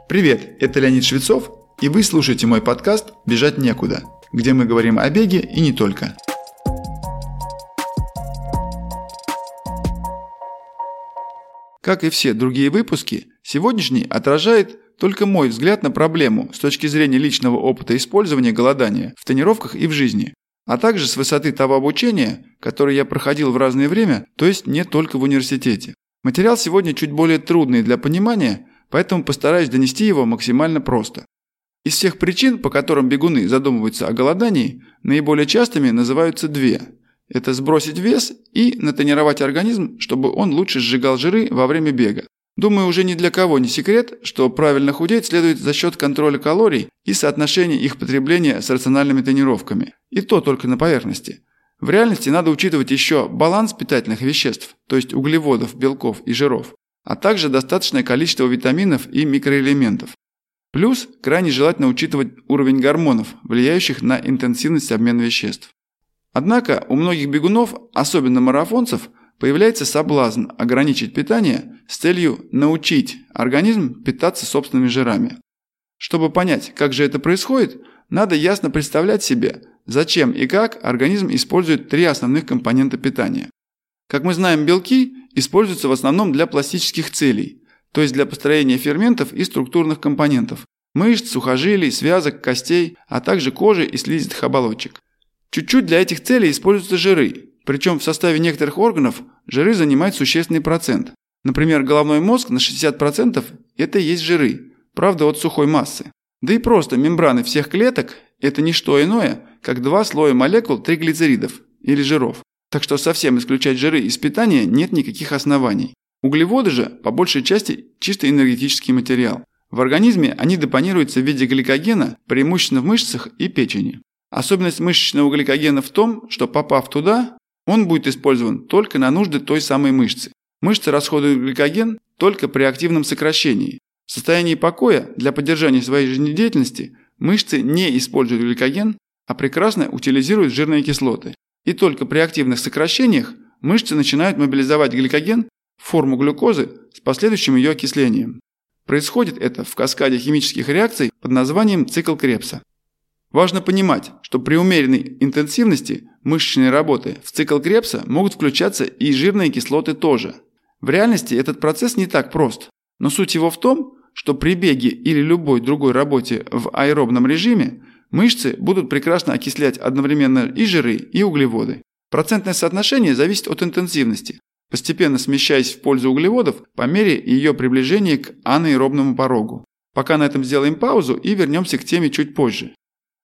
Привет, это Леонид Швецов, и вы слушаете мой подкаст «Бежать некуда», где мы говорим о беге и не только. Как и все другие выпуски, сегодняшний отражает только мой взгляд на проблему с точки зрения личного опыта использования голодания в тренировках и в жизни, а также с высоты того обучения, которое я проходил в разное время, то есть не только в университете. Материал сегодня чуть более трудный для понимания, поэтому постараюсь донести его максимально просто. Из всех причин, по которым бегуны задумываются о голодании, наиболее частыми называются две. Это сбросить вес и натренировать организм, чтобы он лучше сжигал жиры во время бега. Думаю, уже ни для кого не секрет, что правильно худеть следует за счет контроля калорий и соотношения их потребления с рациональными тренировками. И то только на поверхности. В реальности надо учитывать еще баланс питательных веществ, то есть углеводов, белков и жиров, а также достаточное количество витаминов и микроэлементов. Плюс крайне желательно учитывать уровень гормонов, влияющих на интенсивность обмена веществ. Однако у многих бегунов, особенно марафонцев, появляется соблазн ограничить питание с целью научить организм питаться собственными жирами. Чтобы понять, как же это происходит, надо ясно представлять себе, зачем и как организм использует три основных компонента питания. Как мы знаем, белки используются в основном для пластических целей, то есть для построения ферментов и структурных компонентов – мышц, сухожилий, связок, костей, а также кожи и слизистых оболочек. Чуть-чуть для этих целей используются жиры, причем в составе некоторых органов жиры занимают существенный процент. Например, головной мозг на 60% – это и есть жиры, правда от сухой массы. Да и просто мембраны всех клеток – это не что иное, как два слоя молекул триглицеридов или жиров. Так что совсем исключать жиры из питания нет никаких оснований. Углеводы же, по большей части, чисто энергетический материал. В организме они депонируются в виде гликогена, преимущественно в мышцах и печени. Особенность мышечного гликогена в том, что попав туда, он будет использован только на нужды той самой мышцы. Мышцы расходуют гликоген только при активном сокращении. В состоянии покоя для поддержания своей жизнедеятельности мышцы не используют гликоген, а прекрасно утилизируют жирные кислоты. И только при активных сокращениях мышцы начинают мобилизовать гликоген в форму глюкозы с последующим ее окислением. Происходит это в каскаде химических реакций под названием цикл Кребса. Важно понимать, что при умеренной интенсивности мышечной работы в цикл Кребса могут включаться и жирные кислоты тоже. В реальности этот процесс не так прост, но суть его в том, что при беге или любой другой работе в аэробном режиме мышцы будут прекрасно окислять одновременно и жиры, и углеводы. Процентное соотношение зависит от интенсивности, постепенно смещаясь в пользу углеводов по мере ее приближения к анаэробному порогу. Пока на этом сделаем паузу и вернемся к теме чуть позже.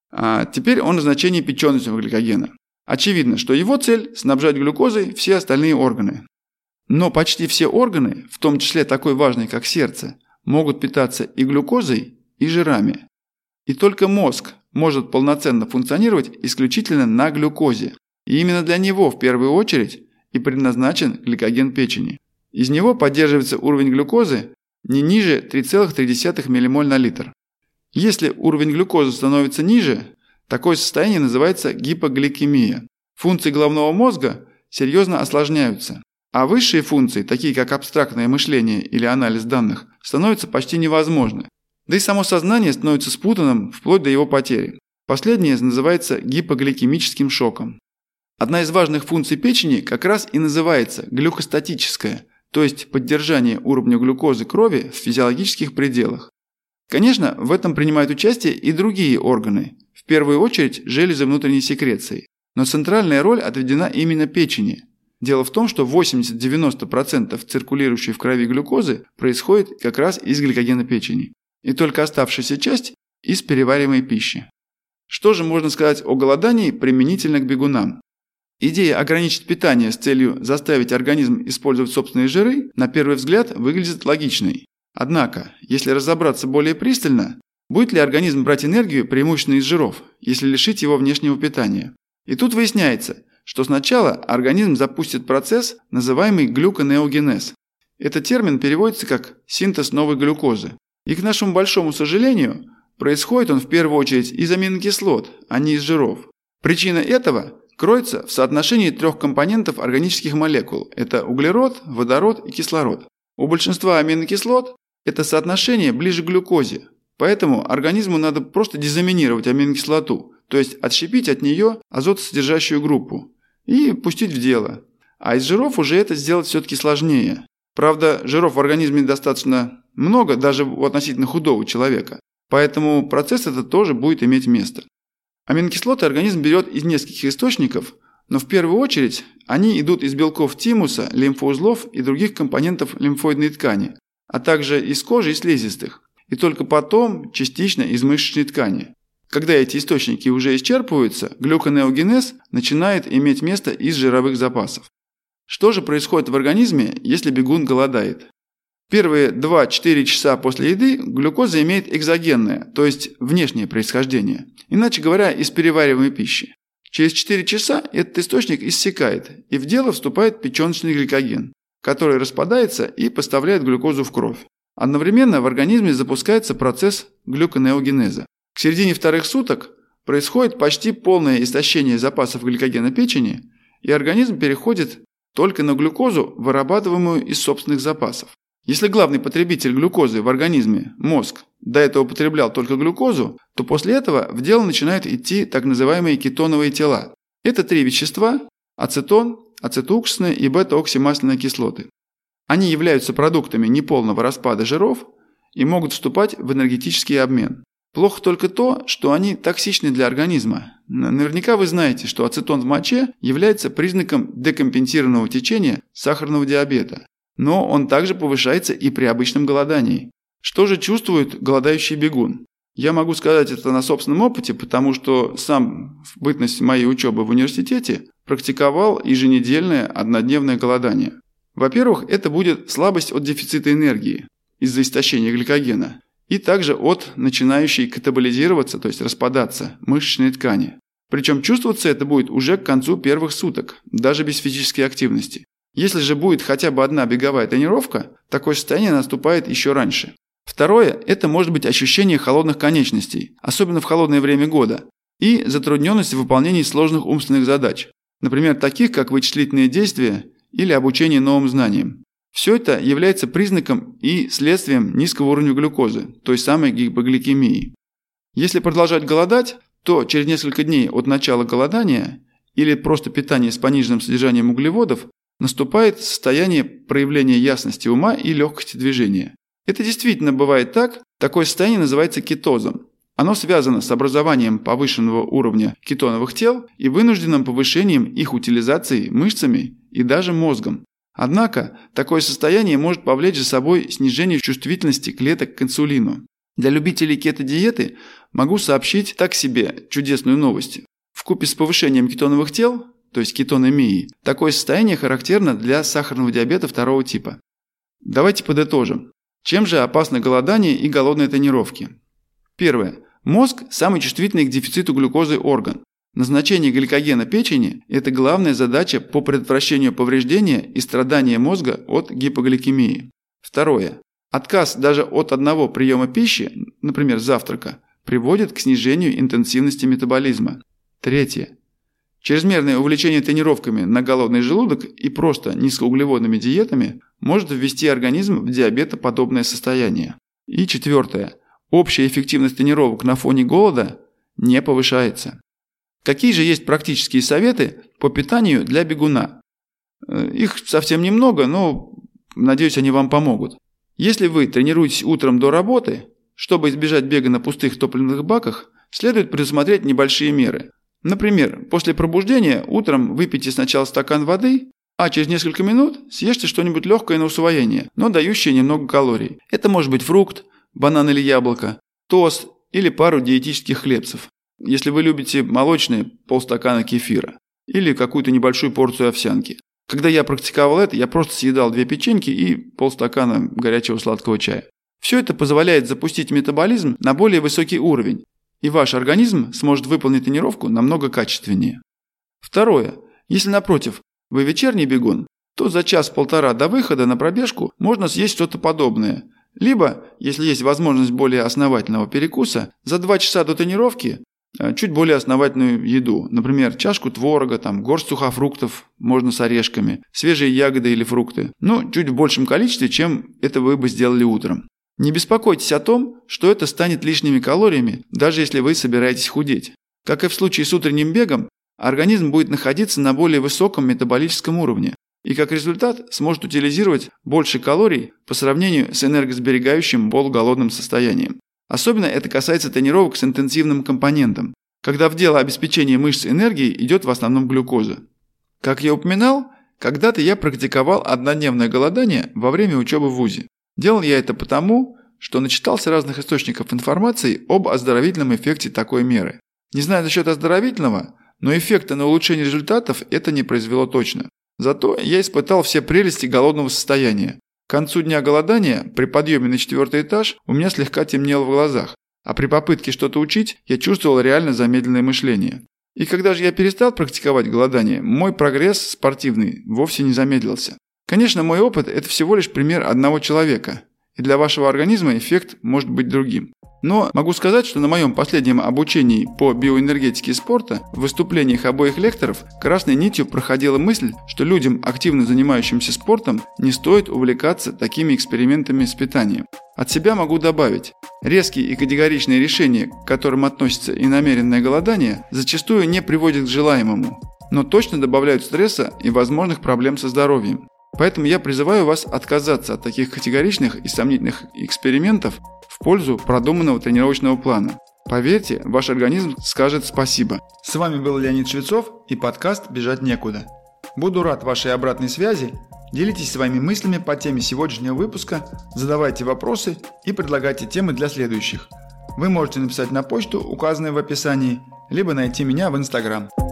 А теперь о назначении печеночного гликогена. Очевидно, что его цель – снабжать глюкозой все остальные органы. Но почти все органы, в том числе такой важный, как сердце, могут питаться и глюкозой, и жирами. И только мозг может полноценно функционировать исключительно на глюкозе. И именно для него в первую очередь и предназначен гликоген печени. Из него поддерживается уровень глюкозы не ниже 3,3 ммоль на литр. Если уровень глюкозы становится ниже, такое состояние называется гипогликемия. Функции головного мозга серьезно осложняются, а высшие функции, такие как абстрактное мышление или анализ данных, становятся почти невозможны. Да и само сознание становится спутанным вплоть до его потери. Последнее называется гипогликемическим шоком. Одна из важных функций печени как раз и называется глюкостатическая, то есть поддержание уровня глюкозы крови в физиологических пределах. Конечно, в этом принимают участие и другие органы, в первую очередь железы внутренней секреции, но центральная роль отведена именно печени. Дело в том, что 80-90% циркулирующей в крови глюкозы происходит как раз из гликогена печени, и только оставшаяся часть – из перевариваемой пищи. Что же можно сказать о голодании применительно к бегунам? Идея ограничить питание с целью заставить организм использовать собственные жиры, на первый взгляд, выглядит логичной. Однако, если разобраться более пристально, будет ли организм брать энергию преимущественно из жиров, если лишить его внешнего питания? И тут выясняется, что сначала организм запустит процесс, называемый глюконеогенез. Этот термин переводится как синтез новой глюкозы. И к нашему большому сожалению, происходит он в первую очередь из аминокислот, а не из жиров. Причина этого кроется в соотношении трех компонентов органических молекул – это углерод, водород и кислород. У большинства аминокислот это соотношение ближе к глюкозе. Поэтому организму надо просто дезаминировать аминокислоту, то есть отщепить от нее азотосодержащую группу и пустить в дело. А из жиров уже это сделать все-таки сложнее. Правда, жиров в организме достаточно много, даже у относительно худого человека. Поэтому процесс этот тоже будет иметь место. Аминокислоты организм берет из нескольких источников, но в первую очередь они идут из белков тимуса, лимфоузлов и других компонентов лимфоидной ткани, а также из кожи и слизистых, и только потом частично из мышечной ткани. Когда эти источники уже исчерпываются, глюконеогенез начинает иметь место из жировых запасов. Что же происходит в организме, если бегун голодает? Первые 2-4 часа после еды глюкоза имеет экзогенное, то есть внешнее происхождение, иначе говоря, из перевариваемой пищи. Через 4 часа этот источник иссякает, и в дело вступает печеночный гликоген, который распадается и поставляет глюкозу в кровь. Одновременно в организме запускается процесс глюконеогенеза. К середине вторых суток происходит почти полное истощение запасов гликогена печени, и организм переходит только на глюкозу, вырабатываемую из собственных запасов. Если главный потребитель глюкозы в организме, мозг, до этого потреблял только глюкозу, то после этого в дело начинают идти так называемые кетоновые тела. Это 3 вещества – ацетон, ацетоуксусные и бета-оксимасляные кислоты. Они являются продуктами неполного распада жиров и могут вступать в энергетический обмен. Плохо только то, что они токсичны для организма. Наверняка вы знаете, что ацетон в моче является признаком декомпенсированного течения сахарного диабета. Но он также повышается и при обычном голодании. Что же чувствует голодающий бегун? Я могу сказать это на собственном опыте, потому что сам в бытность моей учебы в университете практиковал еженедельное однодневное голодание. Во-первых, это будет слабость от дефицита энергии из-за истощения гликогена и также от начинающей катаболизироваться, то есть распадаться, мышечной ткани. Причем чувствоваться это будет уже к концу первых суток, даже без физической активности. Если же будет хотя бы одна беговая тренировка, такое состояние наступает еще раньше. Второе – это может быть ощущение холодных конечностей, особенно в холодное время года, и затрудненность в выполнении сложных умственных задач, например, таких как вычислительные действия или обучение новым знаниям. Все это является признаком и следствием низкого уровня глюкозы, той самой гипогликемии. Если продолжать голодать, то через несколько дней от начала голодания или просто питания с пониженным содержанием углеводов наступает состояние проявления ясности ума и легкости движения. Это действительно бывает так, такое состояние называется кетозом. Оно связано с образованием повышенного уровня кетоновых тел и вынужденным повышением их утилизации мышцами и даже мозгом. Однако, такое состояние может повлечь за собой снижение чувствительности клеток к инсулину. Для любителей кето-диеты могу сообщить так себе чудесную новость. Вкупе с повышением кетоновых тел, то есть кетонемии, такое состояние характерно для сахарного диабета 2 типа. Давайте подытожим. Чем же опасно голодание и голодные тренировки? Первое. Мозг – самый чувствительный к дефициту глюкозы орган. Назначение гликогена печени – это главная задача по предотвращению повреждения и страдания мозга от гипогликемии. Второе. Отказ даже от одного приема пищи, например, завтрака, приводит к снижению интенсивности метаболизма. Третье. Чрезмерное увлечение тренировками на голодный желудок и просто низкоуглеводными диетами может ввести организм в диабетоподобное состояние. И четвертое. Общая эффективность тренировок на фоне голода не повышается. Какие же есть практические советы по питанию для бегуна? Их совсем немного, но, надеюсь, они вам помогут. Если вы тренируетесь утром до работы, чтобы избежать бега на пустых топливных баках, следует предусмотреть небольшие меры. Например, после пробуждения утром выпейте сначала стакан воды, а через несколько минут съешьте что-нибудь легкое на усвоение, но дающее немного калорий. Это может быть фрукт, банан или яблоко, тост или пару диетических хлебцев. Если вы любите молочные, полстакана кефира или какую-то небольшую порцию овсянки. Когда я практиковал это, я просто съедал 2 печеньки и полстакана горячего сладкого чая. Все это позволяет запустить метаболизм на более высокий уровень, и ваш организм сможет выполнить тренировку намного качественнее. Второе. Если, напротив, вы вечерний бегун, то за час-полтора до выхода на пробежку можно съесть что-то подобное. Либо, если есть возможность более основательного перекуса, за 2 часа до тренировки чуть более основательную еду. Например, чашку творога, горсть сухофруктов, можно с орешками, свежие ягоды или фрукты. Чуть в большем количестве, чем это вы бы сделали утром. Не беспокойтесь о том, что это станет лишними калориями, даже если вы собираетесь худеть. Как и в случае с утренним бегом, организм будет находиться на более высоком метаболическом уровне и как результат сможет утилизировать больше калорий по сравнению с энергосберегающим полуголодным состоянием. Особенно это касается тренировок с интенсивным компонентом, когда в дело обеспечения мышц энергией идет в основном глюкоза. Как я упоминал, когда-то я практиковал однодневное голодание во время учебы в ВУЗе. Делал я это потому, что начитался разных источников информации об оздоровительном эффекте такой меры. Не знаю насчет оздоровительного, но эффекта на улучшение результатов это не произвело точно. Зато я испытал все прелести голодного состояния. К концу дня голодания, при подъеме на 4-й этаж, у меня слегка темнело в глазах, а при попытке что-то учить, я чувствовал реально замедленное мышление. И когда же я перестал практиковать голодание, мой прогресс спортивный вовсе не замедлился. Конечно, мой опыт – это всего лишь пример одного человека, и для вашего организма эффект может быть другим. Но могу сказать, что на моем последнем обучении по биоэнергетике спорта в выступлениях обоих лекторов красной нитью проходила мысль, что людям, активно занимающимся спортом, не стоит увлекаться такими экспериментами с питанием. От себя могу добавить, резкие и категоричные решения, к которым относится и намеренное голодание, зачастую не приводят к желаемому, но точно добавляют стресса и возможных проблем со здоровьем. Поэтому я призываю вас отказаться от таких категоричных и сомнительных экспериментов в пользу продуманного тренировочного плана. Поверьте, ваш организм скажет спасибо. С вами был Леонид Швецов и подкаст «Бежать некуда». Буду рад вашей обратной связи. Делитесь своими мыслями по теме сегодняшнего выпуска, задавайте вопросы и предлагайте темы для следующих. Вы можете написать на почту, указанную в описании, либо найти меня в Instagram.